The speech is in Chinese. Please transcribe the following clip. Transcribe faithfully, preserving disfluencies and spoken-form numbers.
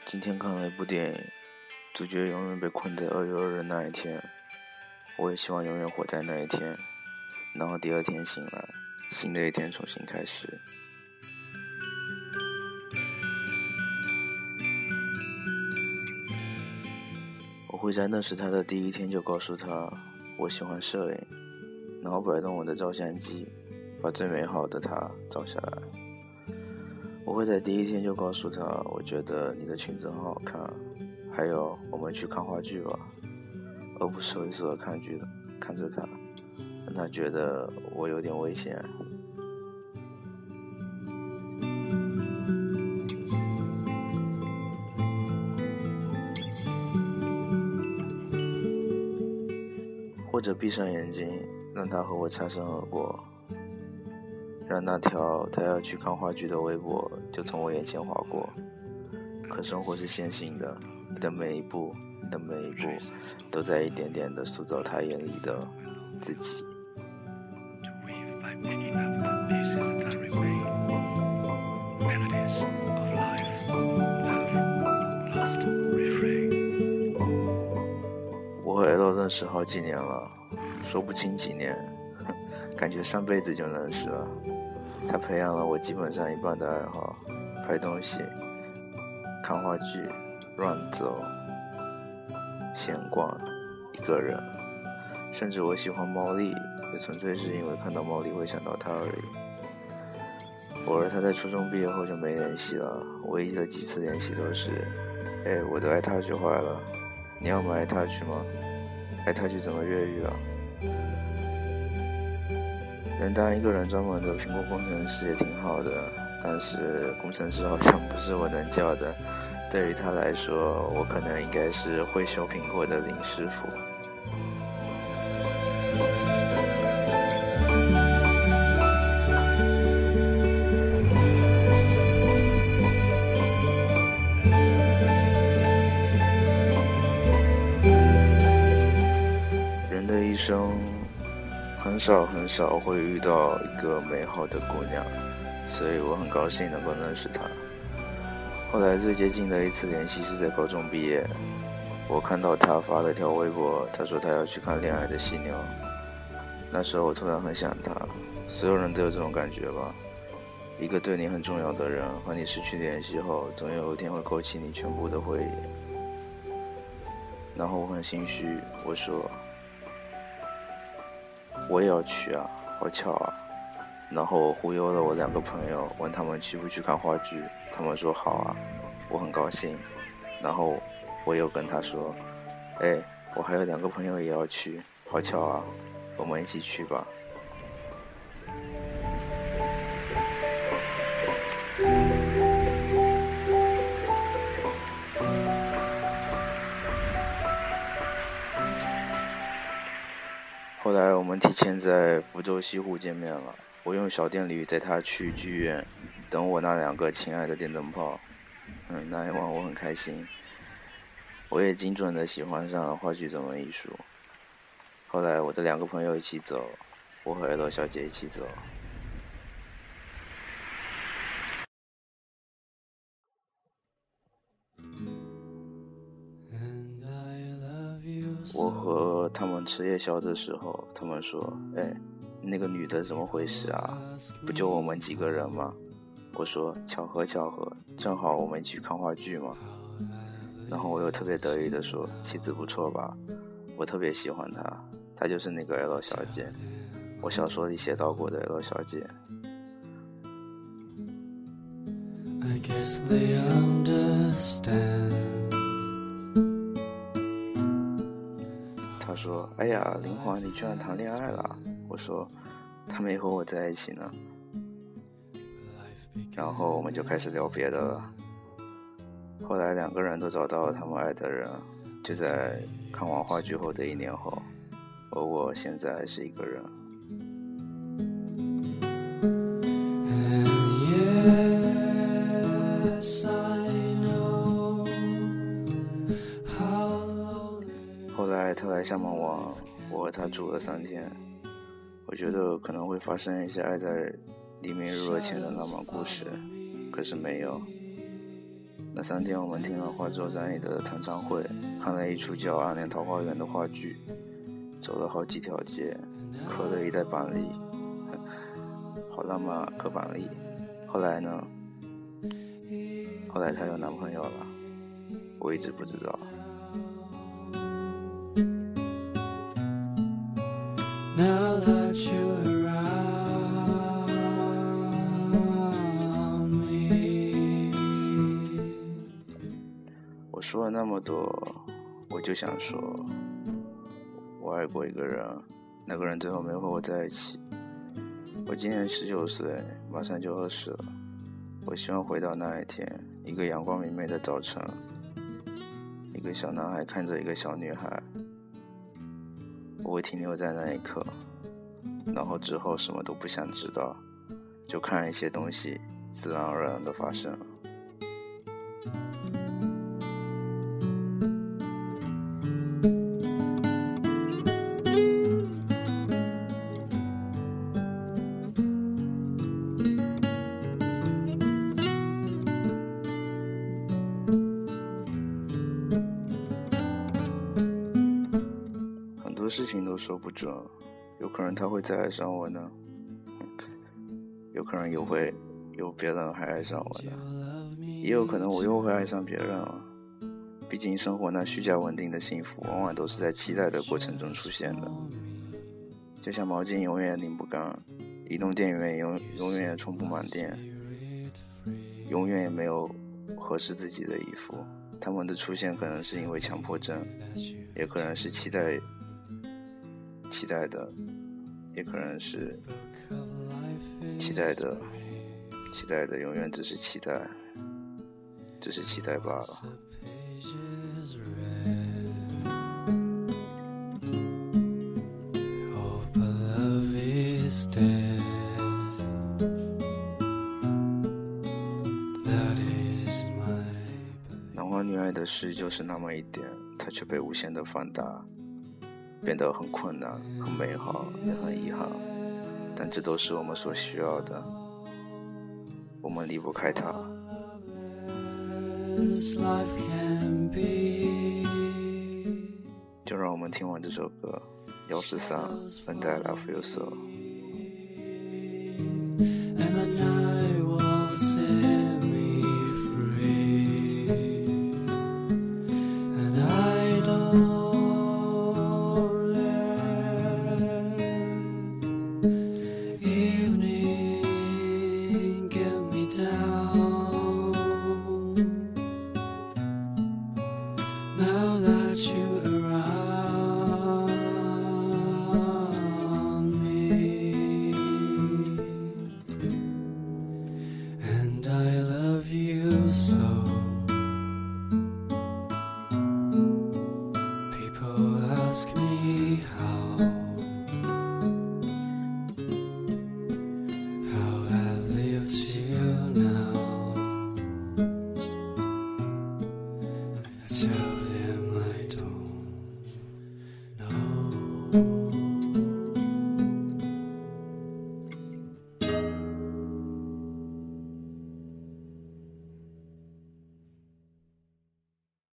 今天看了一部电影，主角永远被困在二月二日那一天，我也希望永远活在那一天，然后第二天醒来，新的一天重新开始。我会在认识他的第一天就告诉他我喜欢摄影，然后摆动我的照相机，把最美好的他照下来。我会在第一天就告诉他我觉得你的裙子很好看，还有我们去看话剧吧，而不是猥琐的看剧看着他，让他觉得我有点危险。或者闭上眼睛，让他和我擦身而过，让那条他要去看话剧的微博就从我眼前划过。可生活是线性的，你的每一步，你的每一步，都在一点点地塑造他眼里的自己。我和 L 认识好几年了，说不清几年，感觉上辈子就认识了。他培养了我基本上一半的爱好，拍东西、看话剧、乱走、闲逛、一个人，甚至我喜欢猫莉，也纯粹是因为看到猫莉会想到他而已。偶尔他在初中毕业后就没联系了，唯一的几次联系都是哎，我的iTouch坏了，你要买iTouch吗？iTouch怎么越狱了？能当一个人专门的苹果工程师也挺好的，但是工程师好像不是我能叫的，对于他来说，我可能应该是会修苹果的林师傅。人的一生很少很少会遇到一个美好的姑娘，所以我很高兴能够认识她。后来最接近的一次联系是在高中毕业，我看到她发了条微博，她说她要去看《恋爱的犀牛》。那时候我突然很想她，所有人都有这种感觉吧，一个对你很重要的人和你失去联系后，总有一天会勾起你全部的回忆。然后我很心虚，我说我也要去啊，好巧啊。然后我忽悠了我两个朋友，问他们去不去看话剧，他们说好啊，我很高兴。然后我又跟他说，哎，我还有两个朋友也要去，好巧啊，我们一起去吧。后来我们提前在福州西湖见面了，我用小电驴载他去剧院等我那两个亲爱的电灯泡。嗯，那一晚我很开心，我也精准地喜欢上了话剧这门艺术。后来我的两个朋友一起走，我和 L 小姐一起走。我和他们吃夜宵的时候，他们说，哎，那个女的怎么回事啊？不就我们几个人吗？我说巧合巧合，正好我们一起看话剧嘛。然后我又特别得意地说，气质不错吧，我特别喜欢她，她就是那个 L 小姐，我小说里写到过的 L 小姐。I guess they understand。他说，哎呀，林华，你居然谈恋爱了。我说，他没和我在一起呢。然后我们就开始聊别的了。后来两个人都找到了他们爱的人，就在看完话剧后的一年后，而我现在还是一个人。后来他来厦门玩，我和他住了三天。我觉得可能会发生一些爱在黎明日落前的浪漫故事，可是没有。 那三天我们听了华州展里的弹唱会，看了一出叫《二年桃花源》的话剧，走了好几条街，磕了一袋板栗，好浪漫，磕板栗。后来呢？后来她有男朋友了，我一直不知道。 Now that you're around me， 我说了那么多，我就想说，我爱过一个人，那个人最后没和我在一起。我今年十九岁，马上就二十了。我希望回到那一天，一个阳光明媚的早晨，一个小男孩看着一个小女孩。我会停留在那一刻，然后之后什么都不想知道，就看一些东西自然而然的发生。很多事情都说不准，有可能他会再爱上我呢，有可能又会有别人还爱上我呢，也有可能我又会爱上别人了。毕竟生活那虚假稳定的幸福，往往都是在期待的过程中出现的。就像毛巾永远拧不干，移动电源永永远也充不满电，永远也没有合适自己的衣服。他们的出现可能是因为强迫症，也可能是期待期待的，也可能是期待的期待的永远只是期待，只是期待罢了。男欢女爱的事就是那么一点，它却被无限的放大，变得很困难，很美好，也很遗憾，但这都是我们所需要的，我们离不开它。就让我们听完这首歌，幺十三 And I Love You So。 And the night will set me free, and I don't let evening get me down. Now that you're around me, and I love you so. People ask me how